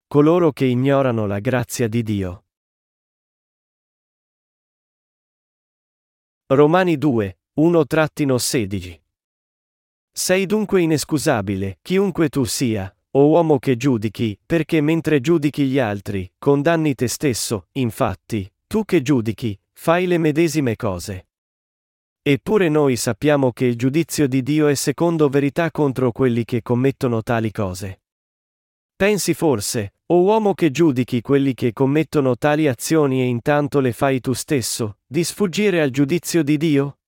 coloro che ignorano la grazia di Dio. Romani 2, 1-16. Sei dunque inescusabile, chiunque tu sia, o uomo che giudichi, perché mentre giudichi gli altri, condanni te stesso, infatti, tu che giudichi, fai le medesime cose. Eppure noi sappiamo che il giudizio di Dio è secondo verità contro quelli che commettono tali cose. Pensi forse, o uomo che giudichi quelli che commettono tali azioni e intanto le fai tu stesso, di sfuggire al giudizio di Dio?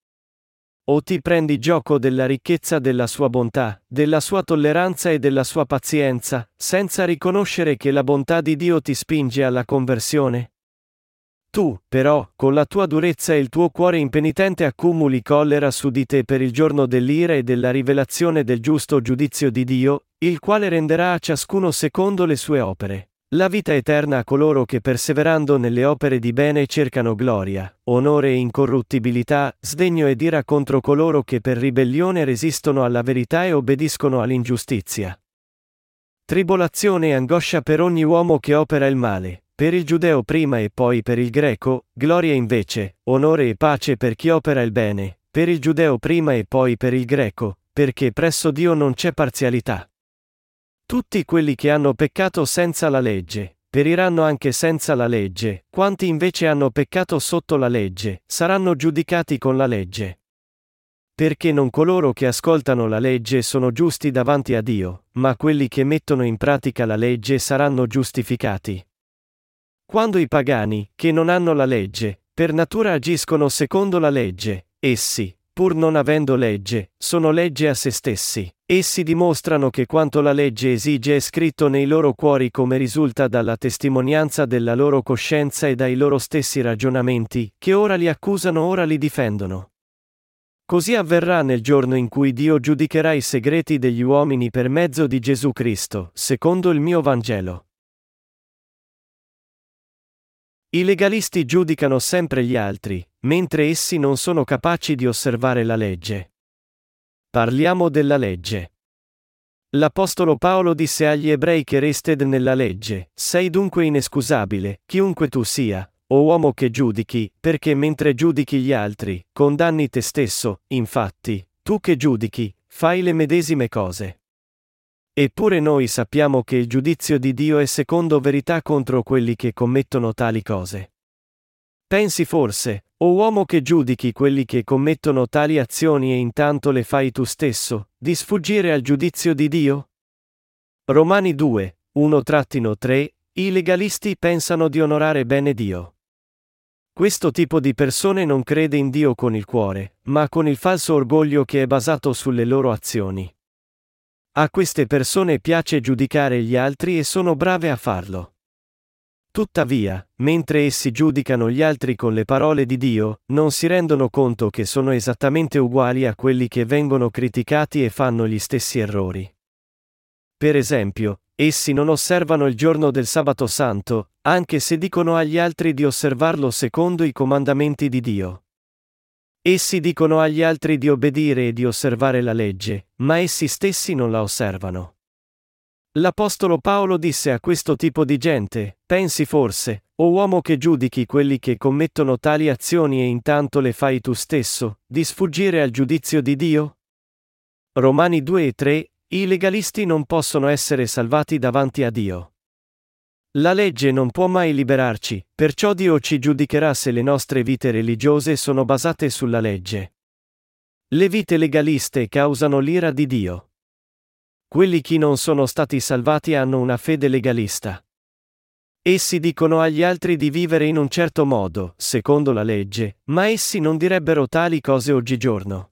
O ti prendi gioco della ricchezza della sua bontà, della sua tolleranza e della sua pazienza, senza riconoscere che la bontà di Dio ti spinge alla conversione? Tu, però, con la tua durezza e il tuo cuore impenitente accumuli collera su di te per il giorno dell'ira e della rivelazione del giusto giudizio di Dio, il quale renderà a ciascuno secondo le sue opere. La vita eterna a coloro che perseverando nelle opere di bene cercano gloria, onore e incorruttibilità, sdegno ed ira contro coloro che per ribellione resistono alla verità e obbediscono all'ingiustizia. Tribolazione e angoscia per ogni uomo che opera il male, per il giudeo prima e poi per il greco, gloria invece, onore e pace per chi opera il bene, per il giudeo prima e poi per il greco, perché presso Dio non c'è parzialità. Tutti quelli che hanno peccato senza la legge, periranno anche senza la legge, quanti invece hanno peccato sotto la legge, saranno giudicati con la legge. Perché non coloro che ascoltano la legge sono giusti davanti a Dio, ma quelli che mettono in pratica la legge saranno giustificati. Quando i pagani, che non hanno la legge, per natura agiscono secondo la legge, essi, pur non avendo legge, sono legge a se stessi. Essi dimostrano che quanto la legge esige è scritto nei loro cuori come risulta dalla testimonianza della loro coscienza e dai loro stessi ragionamenti, che ora li accusano ora li difendono. Così avverrà nel giorno in cui Dio giudicherà i segreti degli uomini per mezzo di Gesù Cristo, secondo il mio Vangelo. I legalisti giudicano sempre gli altri, mentre essi non sono capaci di osservare la legge. Parliamo della legge. L'Apostolo Paolo disse agli ebrei che rested nella legge, sei dunque inescusabile, chiunque tu sia, o uomo che giudichi, perché mentre giudichi gli altri, condanni te stesso, infatti, tu che giudichi, fai le medesime cose. Eppure noi sappiamo che il giudizio di Dio è secondo verità contro quelli che commettono tali cose. Pensi forse, o uomo che giudichi quelli che commettono tali azioni e intanto le fai tu stesso, di sfuggire al giudizio di Dio? Romani 2, 1-3, i legalisti pensano di onorare bene Dio. Questo tipo di persone non crede in Dio con il cuore, ma con il falso orgoglio che è basato sulle loro azioni. A queste persone piace giudicare gli altri e sono brave a farlo. Tuttavia, mentre essi giudicano gli altri con le parole di Dio, non si rendono conto che sono esattamente uguali a quelli che vengono criticati e fanno gli stessi errori. Per esempio, essi non osservano il giorno del sabato santo, anche se dicono agli altri di osservarlo secondo i comandamenti di Dio. Essi dicono agli altri di obbedire e di osservare la legge, ma essi stessi non la osservano. L'Apostolo Paolo disse a questo tipo di gente, pensi forse, o uomo che giudichi quelli che commettono tali azioni e intanto le fai tu stesso, di sfuggire al giudizio di Dio? Romani 2:3, i legalisti non possono essere salvati davanti a Dio. La legge non può mai liberarci, perciò Dio ci giudicherà se le nostre vite religiose sono basate sulla legge. Le vite legaliste causano l'ira di Dio. Quelli che non sono stati salvati hanno una fede legalista. Essi dicono agli altri di vivere in un certo modo, secondo la legge, ma essi non direbbero tali cose oggigiorno.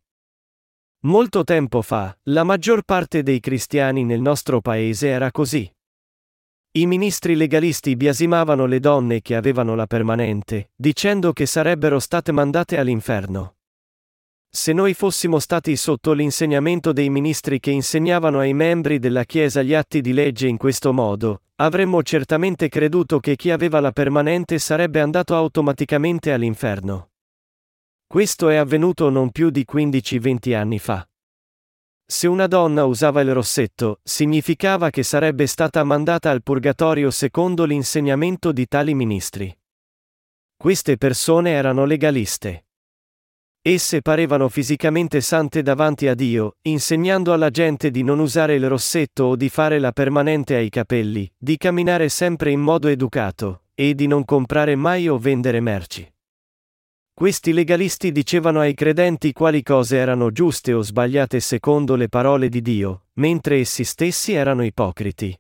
Molto tempo fa, la maggior parte dei cristiani nel nostro paese era così. I ministri legalisti biasimavano le donne che avevano la permanente, dicendo che sarebbero state mandate all'inferno. Se noi fossimo stati sotto l'insegnamento dei ministri che insegnavano ai membri della Chiesa gli atti di legge in questo modo, avremmo certamente creduto che chi aveva la permanente sarebbe andato automaticamente all'inferno. Questo è avvenuto non più di 15-20 anni fa. Se una donna usava il rossetto, significava che sarebbe stata mandata al purgatorio secondo l'insegnamento di tali ministri. Queste persone erano legaliste. Esse parevano fisicamente sante davanti a Dio, insegnando alla gente di non usare il rossetto o di fare la permanente ai capelli, di camminare sempre in modo educato, e di non comprare mai o vendere merci. Questi legalisti dicevano ai credenti quali cose erano giuste o sbagliate secondo le parole di Dio, mentre essi stessi erano ipocriti.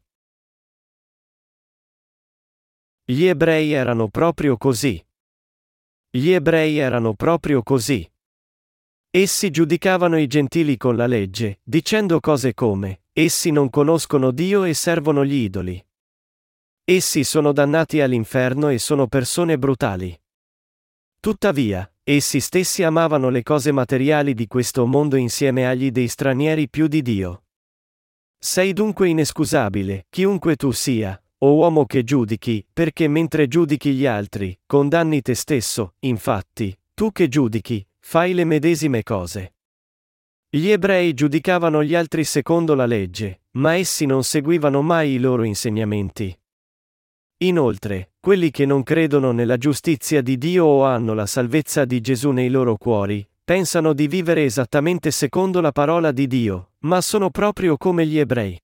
Gli ebrei erano proprio così. Gli ebrei erano proprio così. Essi giudicavano i gentili con la legge, dicendo cose come: essi non conoscono Dio e servono gli idoli. Essi sono dannati all'inferno e sono persone brutali. Tuttavia, essi stessi amavano le cose materiali di questo mondo insieme agli dei stranieri più di Dio. Sei dunque inescusabile, chiunque tu sia, o uomo che giudichi, perché mentre giudichi gli altri, condanni te stesso, infatti, tu che giudichi, fai le medesime cose. Gli ebrei giudicavano gli altri secondo la legge, ma essi non seguivano mai i loro insegnamenti. Inoltre, quelli che non credono nella giustizia di Dio o hanno la salvezza di Gesù nei loro cuori, pensano di vivere esattamente secondo la parola di Dio, ma sono proprio come gli ebrei.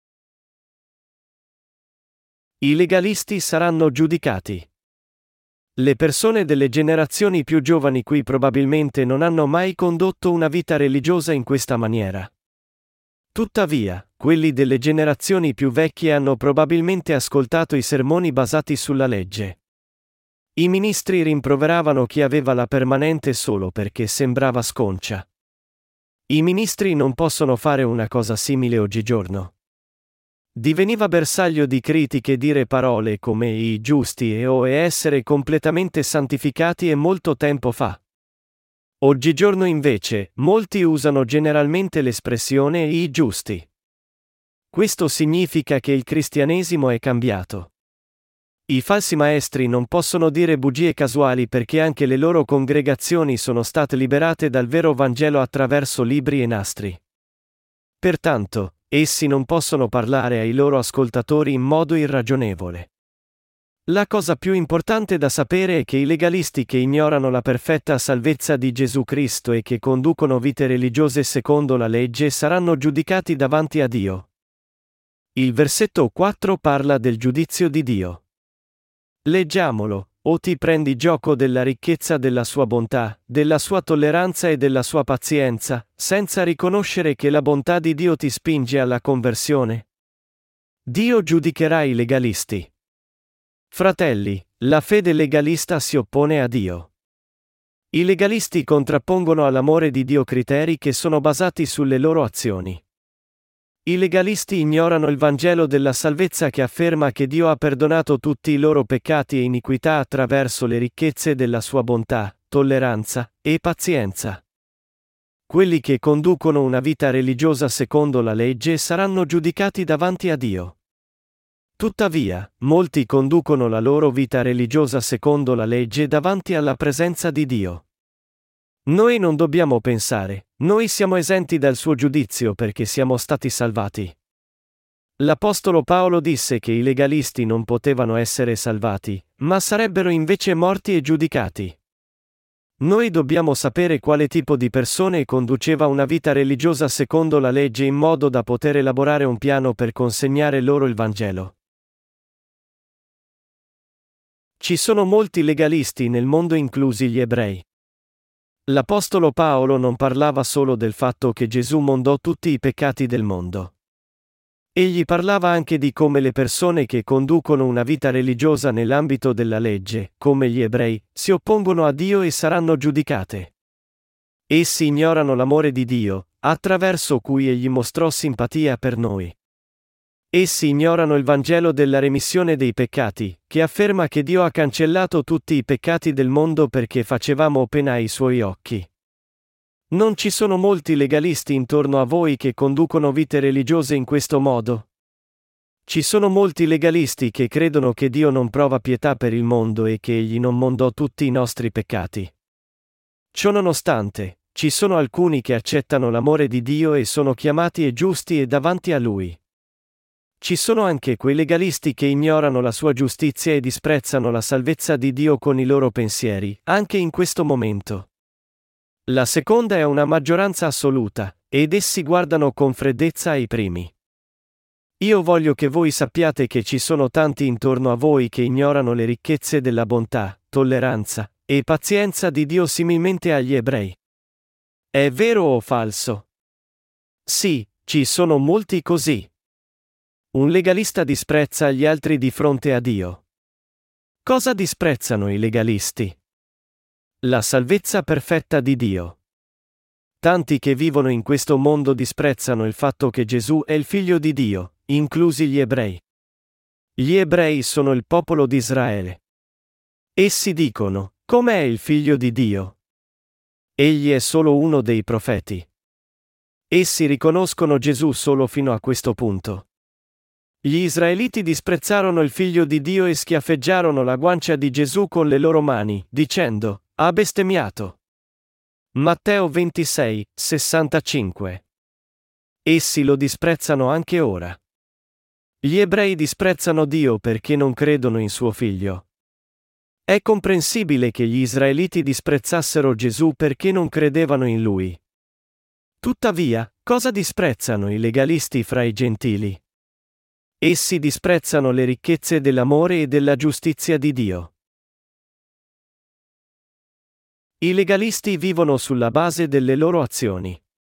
I legalisti saranno giudicati. Le persone delle generazioni più giovani qui probabilmente non hanno mai condotto una vita religiosa in questa maniera. Tuttavia, quelli delle generazioni più vecchie hanno probabilmente ascoltato i sermoni basati sulla legge. I ministri rimproveravano chi aveva la permanente solo perché sembrava sconcia. I ministri non possono fare una cosa simile oggigiorno. Diveniva bersaglio di critiche dire parole come i giusti e essere completamente santificati e molto tempo fa. Oggigiorno invece, molti usano generalmente l'espressione i giusti. Questo significa che il cristianesimo è cambiato. I falsi maestri non possono dire bugie casuali perché anche le loro congregazioni sono state liberate dal vero Vangelo attraverso libri e nastri. Pertanto, essi non possono parlare ai loro ascoltatori in modo irragionevole. La cosa più importante da sapere è che i legalisti che ignorano la perfetta salvezza di Gesù Cristo e che conducono vite religiose secondo la legge saranno giudicati davanti a Dio. Il versetto 4 parla del giudizio di Dio. Leggiamolo: o ti prendi gioco della ricchezza della sua bontà, della sua tolleranza e della sua pazienza, senza riconoscere che la bontà di Dio ti spinge alla conversione? Dio giudicherà i legalisti. Fratelli, la fede legalista si oppone a Dio. I legalisti contrappongono all'amore di Dio criteri che sono basati sulle loro azioni. I legalisti ignorano il Vangelo della salvezza che afferma che Dio ha perdonato tutti i loro peccati e iniquità attraverso le ricchezze della sua bontà, tolleranza e pazienza. Quelli che conducono una vita religiosa secondo la legge saranno giudicati davanti a Dio. Tuttavia, molti conducono la loro vita religiosa secondo la legge davanti alla presenza di Dio. Noi non dobbiamo pensare: noi siamo esenti dal suo giudizio perché siamo stati salvati. L'Apostolo Paolo disse che i legalisti non potevano essere salvati, ma sarebbero invece morti e giudicati. Noi dobbiamo sapere quale tipo di persone conduceva una vita religiosa secondo la legge in modo da poter elaborare un piano per consegnare loro il Vangelo. Ci sono molti legalisti nel mondo, inclusi gli ebrei. L'Apostolo Paolo non parlava solo del fatto che Gesù mondò tutti i peccati del mondo. Egli parlava anche di come le persone che conducono una vita religiosa nell'ambito della legge, come gli ebrei, si oppongono a Dio e saranno giudicate. Essi ignorano l'amore di Dio, attraverso cui Egli mostrò simpatia per noi. Essi ignorano il Vangelo della remissione dei peccati, che afferma che Dio ha cancellato tutti i peccati del mondo perché facevamo pena ai Suoi occhi. Non ci sono molti legalisti intorno a voi che conducono vite religiose in questo modo? Ci sono molti legalisti che credono che Dio non prova pietà per il mondo e che Egli non mondò tutti i nostri peccati. Ciononostante, Ci sono alcuni che accettano l'amore di Dio e sono chiamati e giusti e davanti a Lui. Ci sono anche quei legalisti che ignorano la sua giustizia e disprezzano la salvezza di Dio con i loro pensieri, anche in questo momento. La seconda è una maggioranza assoluta, ed essi guardano con freddezza ai primi. Io voglio che voi sappiate che ci sono tanti intorno a voi che ignorano le ricchezze della bontà, tolleranza e pazienza di Dio similmente agli ebrei. È vero o falso? Sì, ci sono molti così. Un legalista disprezza gli altri di fronte a Dio. Cosa disprezzano i legalisti? La salvezza perfetta di Dio. Tanti che vivono in questo mondo disprezzano il fatto che Gesù è il Figlio di Dio, inclusi gli ebrei. Gli ebrei sono il popolo di Israele. Essi dicono: com'è il Figlio di Dio? Egli è solo uno dei profeti. Essi riconoscono Gesù solo fino a questo punto. Gli israeliti disprezzarono il Figlio di Dio e schiaffeggiarono la guancia di Gesù con le loro mani, dicendo: ha bestemmiato. Matteo 26, 65. Essi lo disprezzano anche ora. Gli ebrei disprezzano Dio perché non credono in suo Figlio. È comprensibile che gli israeliti disprezzassero Gesù perché non credevano in Lui. Tuttavia, cosa disprezzano i legalisti fra i gentili? Essi disprezzano le ricchezze dell'amore e della giustizia di Dio. I legalisti vivono sulla base delle loro azioni.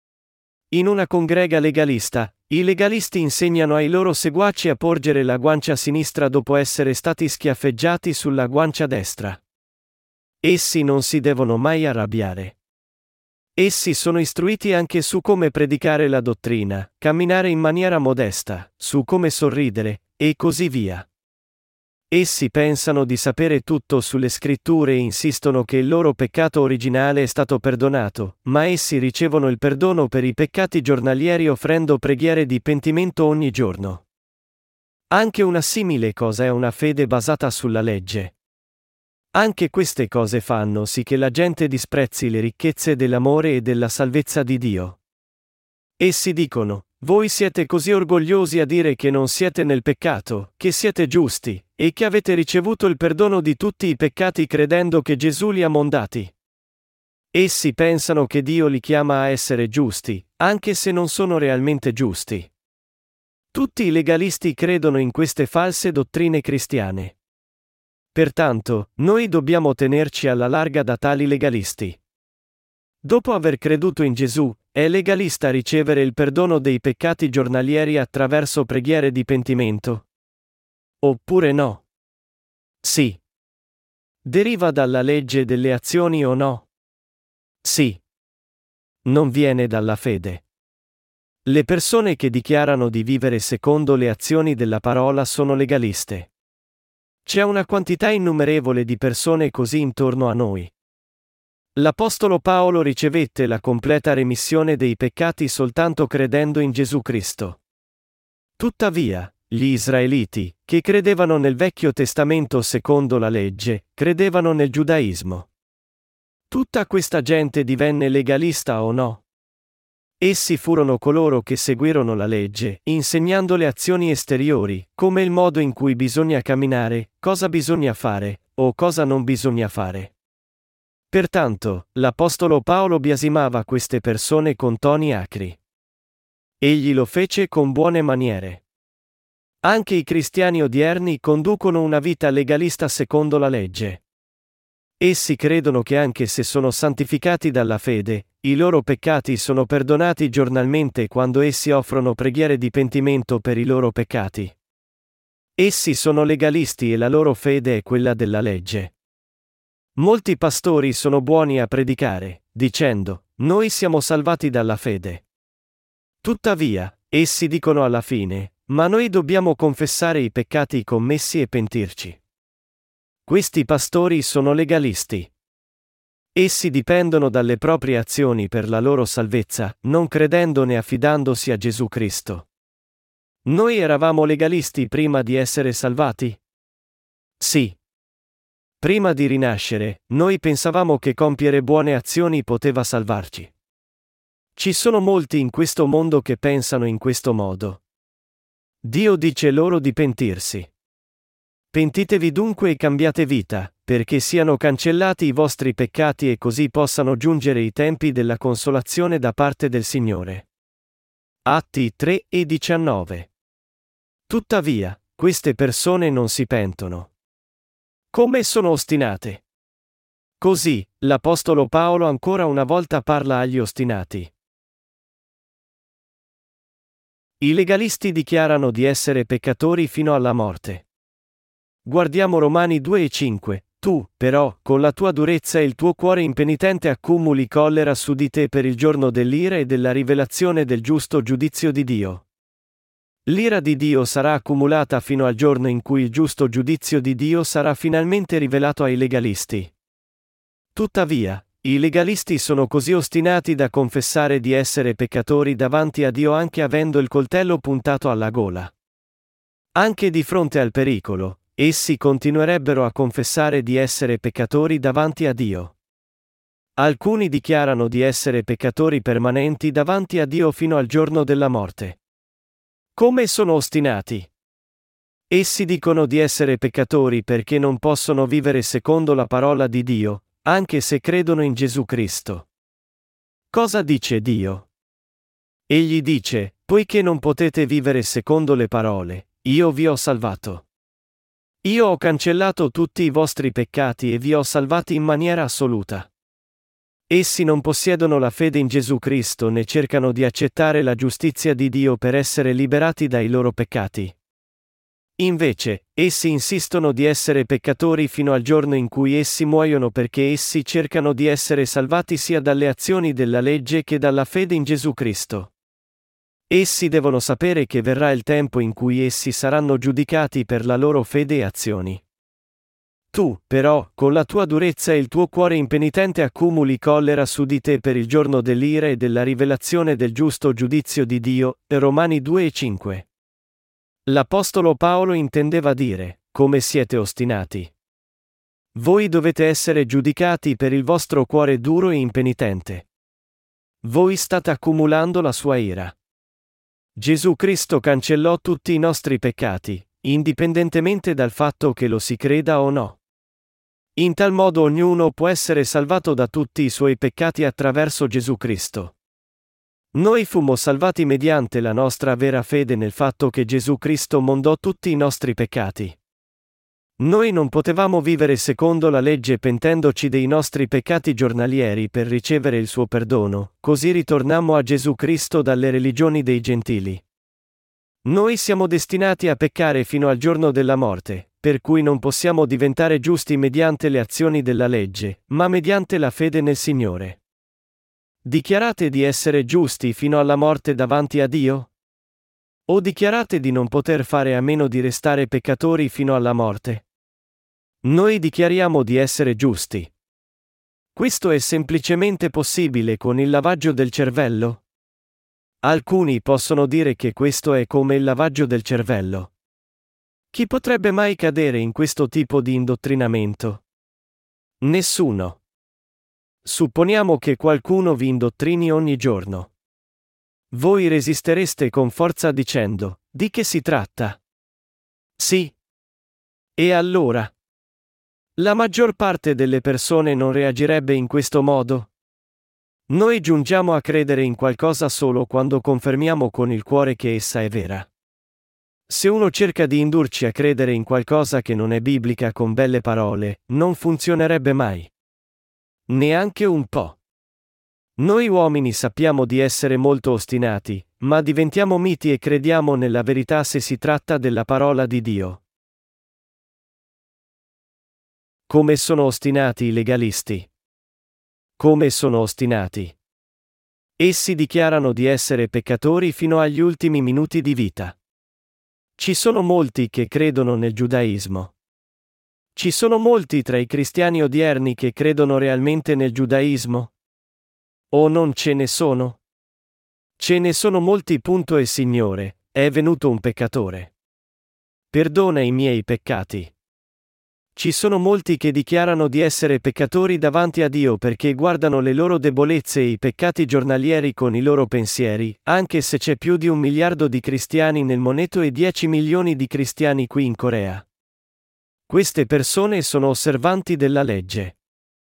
In una congrega legalista, i legalisti insegnano ai loro seguaci a porgere la guancia sinistra dopo essere stati schiaffeggiati sulla guancia destra. Essi non si devono mai arrabbiare. Essi sono istruiti anche su come predicare la dottrina, camminare in maniera modesta, su come sorridere, e così via. Essi pensano di sapere tutto sulle scritture e insistono che il loro peccato originale è stato perdonato, ma essi ricevono il perdono per i peccati giornalieri offrendo preghiere di pentimento ogni giorno. Anche una simile cosa è una fede basata sulla legge. Anche queste cose fanno sì che la gente disprezzi le ricchezze dell'amore e della salvezza di Dio. Essi dicono: voi siete così orgogliosi a dire che non siete nel peccato, che siete giusti, e che avete ricevuto il perdono di tutti i peccati credendo che Gesù li ha mondati. Essi pensano che Dio li chiama a essere giusti, anche se non sono realmente giusti. Tutti i legalisti credono in queste false dottrine cristiane. Pertanto, noi dobbiamo tenerci alla larga da tali legalisti. Dopo aver creduto in Gesù, è legalista ricevere il perdono dei peccati giornalieri attraverso preghiere di pentimento? Oppure no? Sì. Deriva dalla legge delle azioni o no? Sì. Non viene dalla fede. Le persone che dichiarano di vivere secondo le azioni della parola sono legaliste. C'è una quantità innumerevole di persone così intorno a noi. L'Apostolo Paolo ricevette la completa remissione dei peccati soltanto credendo in Gesù Cristo. Tuttavia, gli israeliti, che credevano nel Vecchio Testamento secondo la legge, credevano nel giudaismo. Tutta questa gente divenne legalista o no? Essi furono coloro che seguirono la legge, insegnando le azioni esteriori, come il modo in cui bisogna camminare, cosa bisogna fare, o cosa non bisogna fare. Pertanto, l'Apostolo Paolo biasimava queste persone con toni acri. Egli lo fece con buone maniere. Anche i cristiani odierni conducono una vita legalista secondo la legge. Essi credono che anche se sono santificati dalla fede, i loro peccati sono perdonati giornalmente quando essi offrono preghiere di pentimento per i loro peccati. Essi sono legalisti e la loro fede è quella della legge. Molti pastori sono buoni a predicare, dicendo: noi siamo salvati dalla fede. Tuttavia, essi dicono alla fine: ma noi dobbiamo confessare i peccati commessi e pentirci. Questi pastori sono legalisti. Essi dipendono dalle proprie azioni per la loro salvezza, non credendo né affidandosi a Gesù Cristo. Noi eravamo legalisti prima di essere salvati? Sì. Prima di rinascere, noi pensavamo che compiere buone azioni poteva salvarci. Ci sono molti in questo mondo che pensano in questo modo. Dio dice loro di pentirsi. Pentitevi dunque e cambiate vita, perché siano cancellati i vostri peccati e così possano giungere i tempi della consolazione da parte del Signore. Atti 3:19. Tuttavia, queste persone non si pentono. Come sono ostinate? Così, l'Apostolo Paolo ancora una volta parla agli ostinati. I legalisti dichiarano di essere peccatori fino alla morte. Guardiamo Romani 2:5. Tu, però, con la tua durezza e il tuo cuore impenitente accumuli collera su di te per il giorno dell'ira e della rivelazione del giusto giudizio di Dio. L'ira di Dio sarà accumulata fino al giorno in cui il giusto giudizio di Dio sarà finalmente rivelato ai legalisti. Tuttavia, i legalisti sono così ostinati da confessare di essere peccatori davanti a Dio anche avendo il coltello puntato alla gola. Anche di fronte al pericolo, essi continuerebbero a confessare di essere peccatori davanti a Dio. Alcuni dichiarano di essere peccatori permanenti davanti a Dio fino al giorno della morte. Come sono ostinati? Essi dicono di essere peccatori perché non possono vivere secondo la parola di Dio, anche se credono in Gesù Cristo. Cosa dice Dio? Egli dice, poiché non potete vivere secondo le parole, io vi ho salvato. Io ho cancellato tutti i vostri peccati e vi ho salvati in maniera assoluta. Essi non possiedono la fede in Gesù Cristo né cercano di accettare la giustizia di Dio per essere liberati dai loro peccati. Invece, essi insistono di essere peccatori fino al giorno in cui essi muoiono perché essi cercano di essere salvati sia dalle azioni della legge che dalla fede in Gesù Cristo. Essi devono sapere che verrà il tempo in cui essi saranno giudicati per la loro fede e azioni. Tu, però, con la tua durezza e il tuo cuore impenitente accumuli collera su di te per il giorno dell'ira e della rivelazione del giusto giudizio di Dio. Romani 2:5. L'Apostolo Paolo intendeva dire, come siete ostinati. Voi dovete essere giudicati per il vostro cuore duro e impenitente. Voi state accumulando la sua ira. Gesù Cristo cancellò tutti i nostri peccati, indipendentemente dal fatto che lo si creda o no. In tal modo ognuno può essere salvato da tutti i suoi peccati attraverso Gesù Cristo. Noi fummo salvati mediante la nostra vera fede nel fatto che Gesù Cristo mondò tutti i nostri peccati. Noi non potevamo vivere secondo la legge pentendoci dei nostri peccati giornalieri per ricevere il suo perdono, così ritornammo a Gesù Cristo dalle religioni dei gentili. Noi siamo destinati a peccare fino al giorno della morte, per cui non possiamo diventare giusti mediante le azioni della legge, ma mediante la fede nel Signore. Dichiarate di essere giusti fino alla morte davanti a Dio? O dichiarate di non poter fare a meno di restare peccatori fino alla morte? Noi dichiariamo di essere giusti. Questo è semplicemente possibile con il lavaggio del cervello? Alcuni possono dire che questo è come il lavaggio del cervello. Chi potrebbe mai cadere in questo tipo di indottrinamento? Nessuno. Supponiamo che qualcuno vi indottrini ogni giorno. Voi resistereste con forza dicendo, di che si tratta? Sì. E allora? La maggior parte delle persone non reagirebbe in questo modo? Noi giungiamo a credere in qualcosa solo quando confermiamo con il cuore che essa è vera. Se uno cerca di indurci a credere in qualcosa che non è biblica con belle parole, non funzionerebbe mai. Neanche un po'. Noi uomini sappiamo di essere molto ostinati, ma diventiamo miti e crediamo nella verità se si tratta della parola di Dio. Come sono ostinati i legalisti? Come sono ostinati? Essi dichiarano di essere peccatori fino agli ultimi minuti di vita. Ci sono molti che credono nel giudaismo. Ci sono molti tra i cristiani odierni che credono realmente nel giudaismo? O non ce ne sono? Ce ne sono molti. E Signore, è venuto un peccatore. Perdona i miei peccati. Ci sono molti che dichiarano di essere peccatori davanti a Dio perché guardano le loro debolezze e i peccati giornalieri con i loro pensieri, anche se c'è più di 1 miliardo di cristiani nel mondo e 10 milioni di cristiani qui in Corea. Queste persone sono osservanti della legge.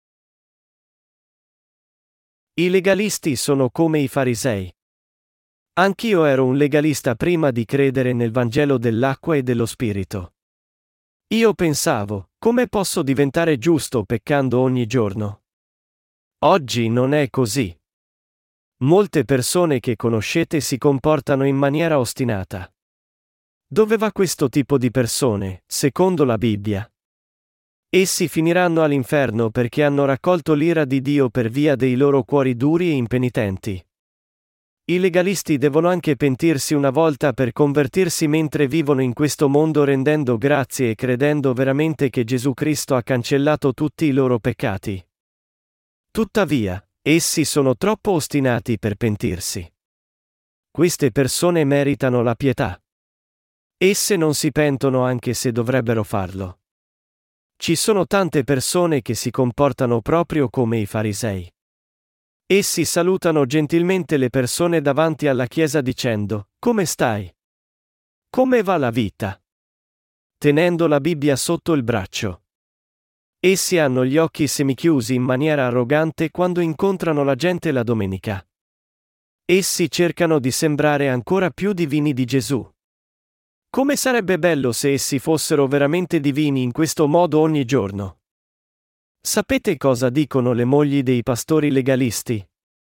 I legalisti sono come i farisei. Anch'io ero un legalista prima di credere nel Vangelo dell'acqua e dello Spirito. Io pensavo, come posso diventare giusto peccando ogni giorno? Oggi non è così. Molte persone che conoscete si comportano in maniera ostinata. Dove va questo tipo di persone, secondo la Bibbia? Essi finiranno all'inferno perché hanno raccolto l'ira di Dio per via dei loro cuori duri e impenitenti. I legalisti devono anche pentirsi una volta per convertirsi mentre vivono in questo mondo rendendo grazie e credendo veramente che Gesù Cristo ha cancellato tutti i loro peccati. Tuttavia, essi sono troppo ostinati per pentirsi. Queste persone meritano la pietà. Esse non si pentono anche se dovrebbero farlo. Ci sono tante persone che si comportano proprio come i farisei. Essi salutano gentilmente le persone davanti alla chiesa dicendo: "Come stai? Come va la vita?" Tenendo la Bibbia sotto il braccio. Essi hanno gli occhi semichiusi in maniera arrogante quando incontrano la gente la domenica. Essi cercano di sembrare ancora più divini di Gesù. Come sarebbe bello se essi fossero veramente divini in questo modo ogni giorno. Sapete cosa dicono le mogli dei pastori legalisti?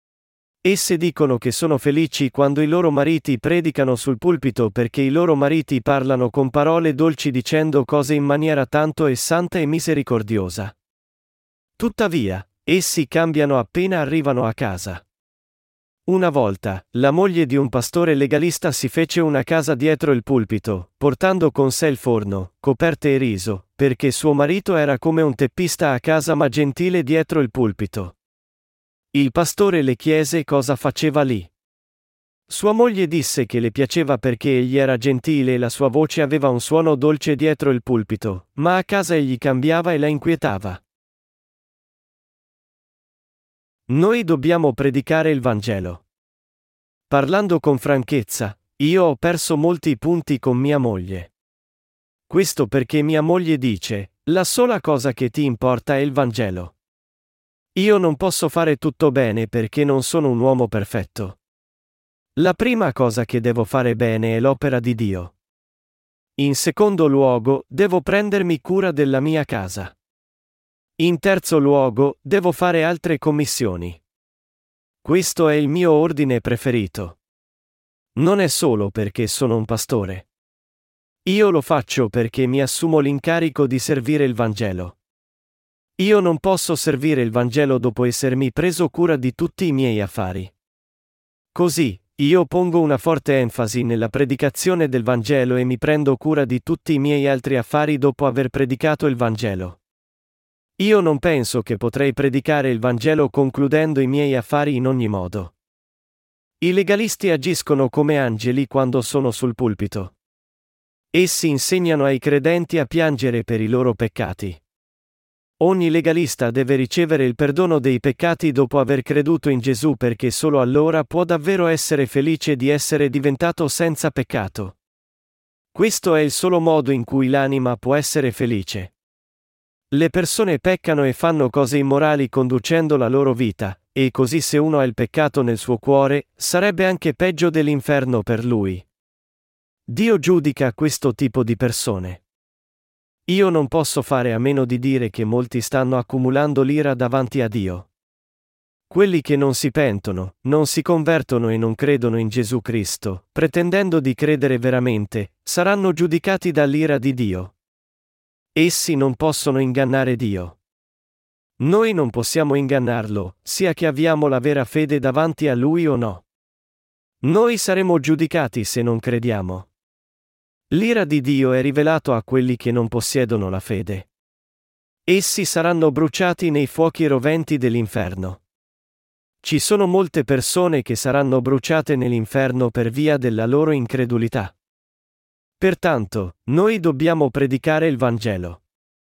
Esse dicono che sono felici quando i loro mariti predicano sul pulpito perché i loro mariti parlano con parole dolci dicendo cose in maniera tanto e santa e misericordiosa. Tuttavia, essi cambiano appena arrivano a casa. Una volta, la moglie di un pastore legalista si fece una casa dietro il pulpito, portando con sé il forno, coperte e riso, perché suo marito era come un teppista a casa ma gentile dietro il pulpito. Il pastore le chiese cosa faceva lì. Sua moglie disse che le piaceva perché egli era gentile e la sua voce aveva un suono dolce dietro il pulpito, ma a casa egli cambiava e la inquietava. Noi dobbiamo predicare il Vangelo. Parlando con franchezza, io ho perso molti punti con mia moglie. Questo perché mia moglie dice: "La sola cosa che ti importa è il Vangelo". Io non posso fare tutto bene perché non sono un uomo perfetto. La prima cosa che devo fare bene è l'opera di Dio. In secondo luogo, devo prendermi cura della mia casa. In terzo luogo, devo fare altre commissioni. Questo è il mio ordine preferito. Non è solo perché sono un pastore. Io lo faccio perché mi assumo l'incarico di servire il Vangelo. Io non posso servire il Vangelo dopo essermi preso cura di tutti i miei affari. Così, io pongo una forte enfasi nella predicazione del Vangelo e mi prendo cura di tutti i miei altri affari dopo aver predicato il Vangelo. Io non penso che potrei predicare il Vangelo concludendo i miei affari in ogni modo. I legalisti agiscono come angeli quando sono sul pulpito. Essi insegnano ai credenti a piangere per i loro peccati. Ogni legalista deve ricevere il perdono dei peccati dopo aver creduto in Gesù perché solo allora può davvero essere felice di essere diventato senza peccato. Questo è il solo modo in cui l'anima può essere felice. Le persone peccano e fanno cose immorali conducendo la loro vita, e così se uno ha il peccato nel suo cuore, sarebbe anche peggio dell'inferno per lui. Dio giudica questo tipo di persone. Io non posso fare a meno di dire che molti stanno accumulando l'ira davanti a Dio. Quelli che non si pentono, non si convertono e non credono in Gesù Cristo, pretendendo di credere veramente, saranno giudicati dall'ira di Dio. Essi non possono ingannare Dio. Noi non possiamo ingannarlo, sia che abbiamo la vera fede davanti a Lui o no. Noi saremo giudicati se non crediamo. L'ira di Dio è rivelato a quelli che non possiedono la fede. Essi saranno bruciati nei fuochi roventi dell'inferno. Ci sono molte persone che saranno bruciate nell'inferno per via della loro incredulità. Pertanto, noi dobbiamo predicare il Vangelo.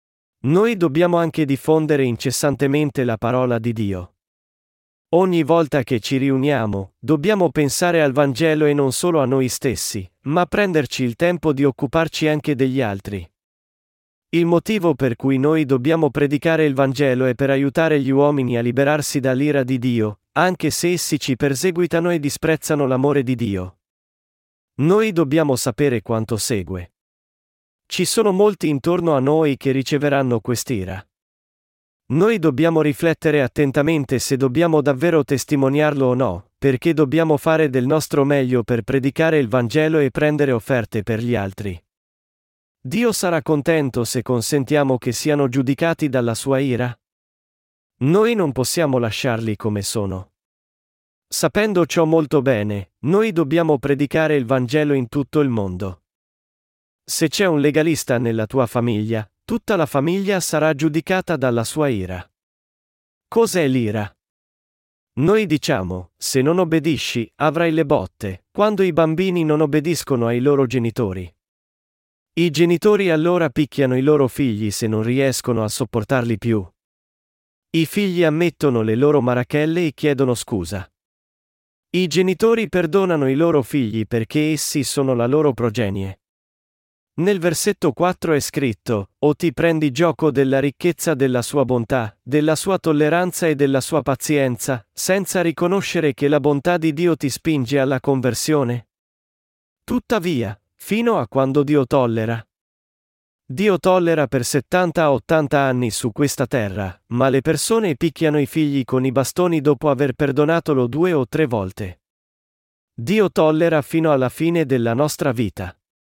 Noi dobbiamo anche diffondere incessantemente la parola di Dio. Ogni volta che ci riuniamo, dobbiamo pensare al Vangelo e non solo a noi stessi, ma prenderci il tempo di occuparci anche degli altri. Il motivo per cui noi dobbiamo predicare il Vangelo è per aiutare gli uomini a liberarsi dall'ira di Dio, anche se essi ci perseguitano e disprezzano l'amore di Dio. Noi dobbiamo sapere quanto segue. Ci sono molti intorno a noi che riceveranno quest'ira. Noi dobbiamo riflettere attentamente se dobbiamo davvero testimoniarlo o no, perché dobbiamo fare del nostro meglio per predicare il Vangelo e prendere offerte per gli altri. Dio sarà contento se consentiamo che siano giudicati dalla sua ira? Noi non possiamo lasciarli come sono. Sapendo ciò molto bene, noi dobbiamo predicare il Vangelo in tutto il mondo. Se c'è un legalista nella tua famiglia, tutta la famiglia sarà giudicata dalla sua ira. Cos'è l'ira? Noi diciamo, se non obbedisci, avrai le botte, quando i bambini non obbediscono ai loro genitori. I genitori allora picchiano i loro figli se non riescono a sopportarli più. I figli ammettono le loro marachelle e chiedono scusa. I genitori perdonano i loro figli perché essi sono la loro progenie. Nel versetto 4 è scritto: «O ti prendi gioco della ricchezza della sua bontà, della sua tolleranza e della sua pazienza, senza riconoscere che la bontà di Dio ti spinge alla conversione?» Tuttavia, fino a quando Dio tollera? Dio tollera per 70-80 anni su questa terra, ma le persone picchiano i figli con i bastoni dopo aver perdonatolo 2 o 3 volte. Dio tollera fino alla fine della nostra vita.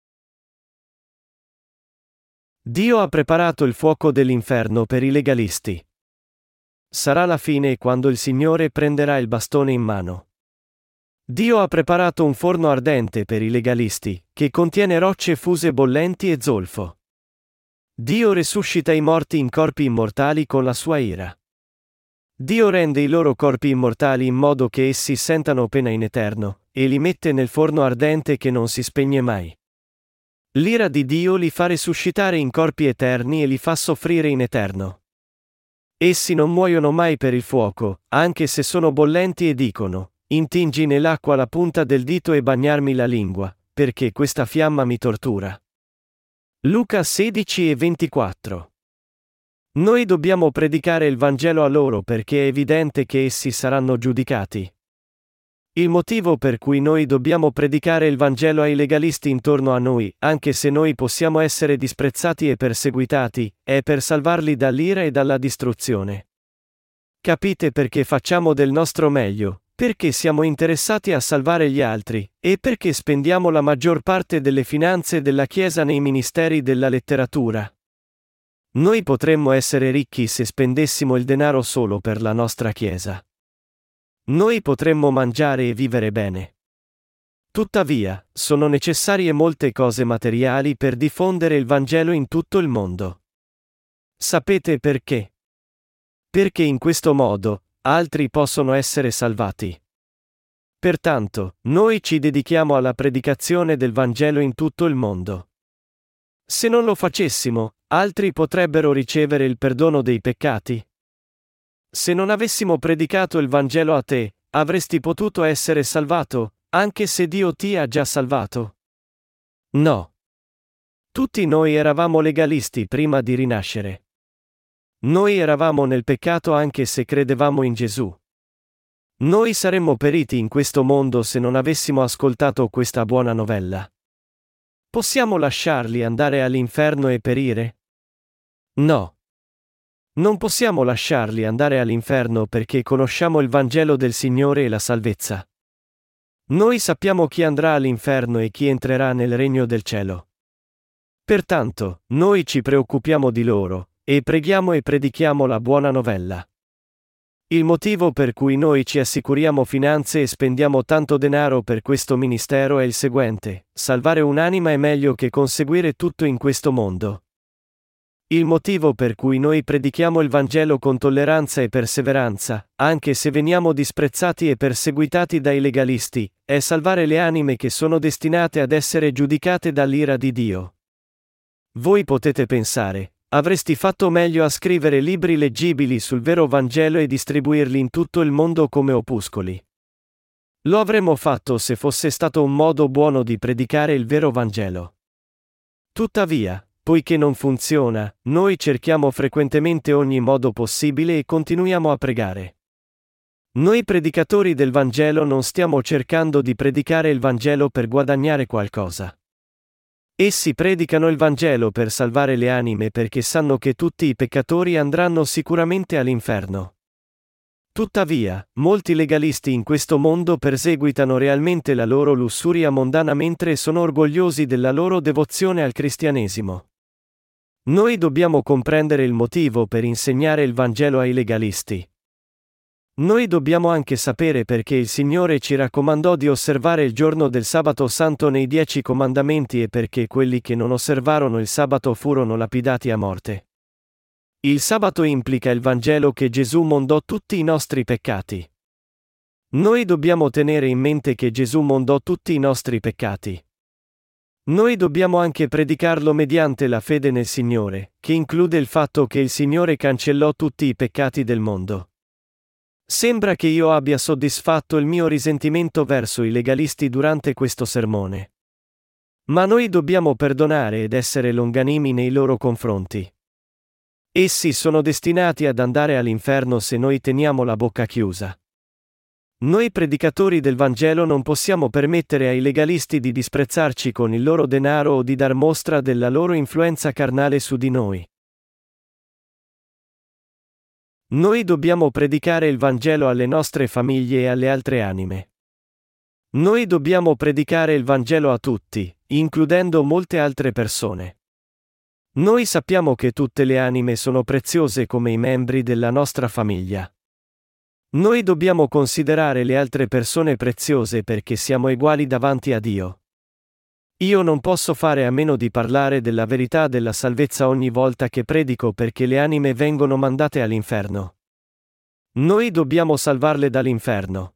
Dio ha preparato il fuoco dell'inferno per i legalisti. Sarà la fine quando il Signore prenderà il bastone in mano. Dio ha preparato un forno ardente per i legalisti, che contiene rocce fuse bollenti e zolfo. Dio resuscita i morti in corpi immortali con la sua ira. Dio rende i loro corpi immortali in modo che essi sentano pena in eterno, e li mette nel forno ardente che non si spegne mai. L'ira di Dio li fa resuscitare in corpi eterni e li fa soffrire in eterno. Essi non muoiono mai per il fuoco, anche se sono bollenti e dicono: «Intingi nell'acqua la punta del dito e bagnarmi la lingua, perché questa fiamma mi tortura». Luca 16:24. Noi dobbiamo predicare il Vangelo a loro perché è evidente che essi saranno giudicati. Il motivo per cui noi dobbiamo predicare il Vangelo ai legalisti intorno a noi, anche se noi possiamo essere disprezzati e perseguitati, è per salvarli dall'ira e dalla distruzione. Capite perché facciamo del nostro meglio? Perché siamo interessati a salvare gli altri, e perché spendiamo la maggior parte delle finanze della Chiesa nei ministeri della letteratura. Noi potremmo essere ricchi se spendessimo il denaro solo per la nostra Chiesa. Noi potremmo mangiare e vivere bene. Tuttavia, sono necessarie molte cose materiali per diffondere il Vangelo in tutto il mondo. Sapete perché? Perché in questo modo, altri possono essere salvati. Pertanto, noi ci dedichiamo alla predicazione del Vangelo in tutto il mondo. Se non lo facessimo, altri potrebbero ricevere il perdono dei peccati? Se non avessimo predicato il Vangelo a te, avresti potuto essere salvato, anche se Dio ti ha già salvato? No. Tutti noi eravamo legalisti prima di rinascere. Noi eravamo nel peccato anche se credevamo in Gesù. Noi saremmo periti in questo mondo se non avessimo ascoltato questa buona novella. Possiamo lasciarli andare all'inferno e perire? No. Non possiamo lasciarli andare all'inferno perché conosciamo il Vangelo del Signore e la salvezza. Noi sappiamo chi andrà all'inferno e chi entrerà nel regno del cielo. Pertanto, noi ci preoccupiamo di loro, e preghiamo e predichiamo la buona novella. Il motivo per cui noi ci assicuriamo finanze e spendiamo tanto denaro per questo ministero è il seguente: salvare un'anima è meglio che conseguire tutto in questo mondo. Il motivo per cui noi predichiamo il Vangelo con tolleranza e perseveranza, anche se veniamo disprezzati e perseguitati dai legalisti, è salvare le anime che sono destinate ad essere giudicate dall'ira di Dio. Voi potete pensare: Avresti fatto meglio a scrivere libri leggibili sul vero Vangelo e distribuirli in tutto il mondo come opuscoli. Lo avremmo fatto se fosse stato un modo buono di predicare il vero Vangelo. Tuttavia, poiché non funziona, noi cerchiamo frequentemente ogni modo possibile e continuiamo a pregare. Noi predicatori del Vangelo non stiamo cercando di predicare il Vangelo per guadagnare qualcosa. Essi predicano il Vangelo per salvare le anime perché sanno che tutti i peccatori andranno sicuramente all'inferno. Tuttavia, molti legalisti in questo mondo perseguitano realmente la loro lussuria mondana mentre sono orgogliosi della loro devozione al cristianesimo. Noi dobbiamo comprendere il motivo per insegnare il Vangelo ai legalisti. Noi dobbiamo anche sapere perché il Signore ci raccomandò di osservare il giorno del sabato santo nei 10 comandamenti e perché quelli che non osservarono il sabato furono lapidati a morte. Il sabato implica il Vangelo che Gesù mondò tutti i nostri peccati. Noi dobbiamo tenere in mente che Gesù mondò tutti i nostri peccati. Noi dobbiamo anche predicarlo mediante la fede nel Signore, che include il fatto che il Signore cancellò tutti i peccati del mondo. Sembra che io abbia soddisfatto il mio risentimento verso i legalisti durante questo sermone. Ma noi dobbiamo perdonare ed essere longanimi nei loro confronti. Essi sono destinati ad andare all'inferno se noi teniamo la bocca chiusa. Noi predicatori del Vangelo non possiamo permettere ai legalisti di disprezzarci con il loro denaro o di dar mostra della loro influenza carnale su di noi. Noi dobbiamo predicare il Vangelo alle nostre famiglie e alle altre anime. Noi dobbiamo predicare il Vangelo a tutti, includendo molte altre persone. Noi sappiamo che tutte le anime sono preziose come i membri della nostra famiglia. Noi dobbiamo considerare le altre persone preziose perché siamo uguali davanti a Dio. Io non posso fare a meno di parlare della verità della salvezza ogni volta che predico perché le anime vengono mandate all'inferno. Noi dobbiamo salvarle dall'inferno.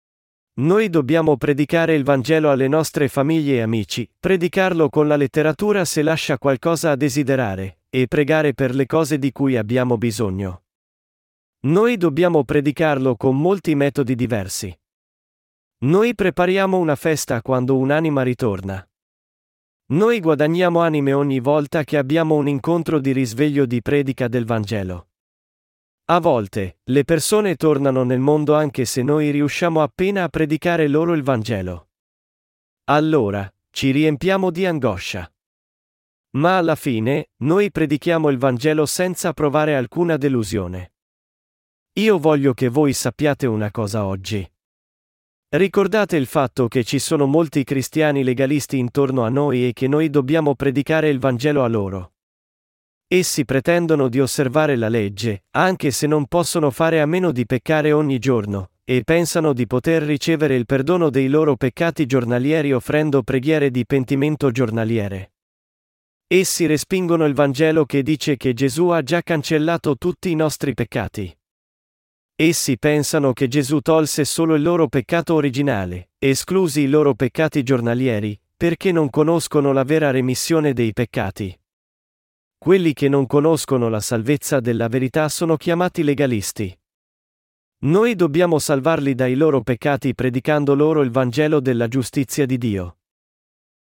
Noi dobbiamo predicare il Vangelo alle nostre famiglie e amici, predicarlo con la letteratura se lascia qualcosa a desiderare, e pregare per le cose di cui abbiamo bisogno. Noi dobbiamo predicarlo con molti metodi diversi. Noi prepariamo una festa quando un'anima ritorna. Noi guadagniamo anime ogni volta che abbiamo un incontro di risveglio di predica del Vangelo. A volte, le persone tornano nel mondo anche se noi riusciamo appena a predicare loro il Vangelo. Allora, ci riempiamo di angoscia. Ma alla fine, noi predichiamo il Vangelo senza provare alcuna delusione. Io voglio che voi sappiate una cosa oggi. Ricordate il fatto che ci sono molti cristiani legalisti intorno a noi e che noi dobbiamo predicare il Vangelo a loro. Essi pretendono di osservare la legge, anche se non possono fare a meno di peccare ogni giorno, e pensano di poter ricevere il perdono dei loro peccati giornalieri offrendo preghiere di pentimento giornaliere. Essi respingono il Vangelo che dice che Gesù ha già cancellato tutti i nostri peccati. Essi pensano che Gesù tolse solo il loro peccato originale, esclusi i loro peccati giornalieri, perché non conoscono la vera remissione dei peccati. Quelli che non conoscono la salvezza della verità sono chiamati legalisti. Noi dobbiamo salvarli dai loro peccati predicando loro il Vangelo della giustizia di Dio.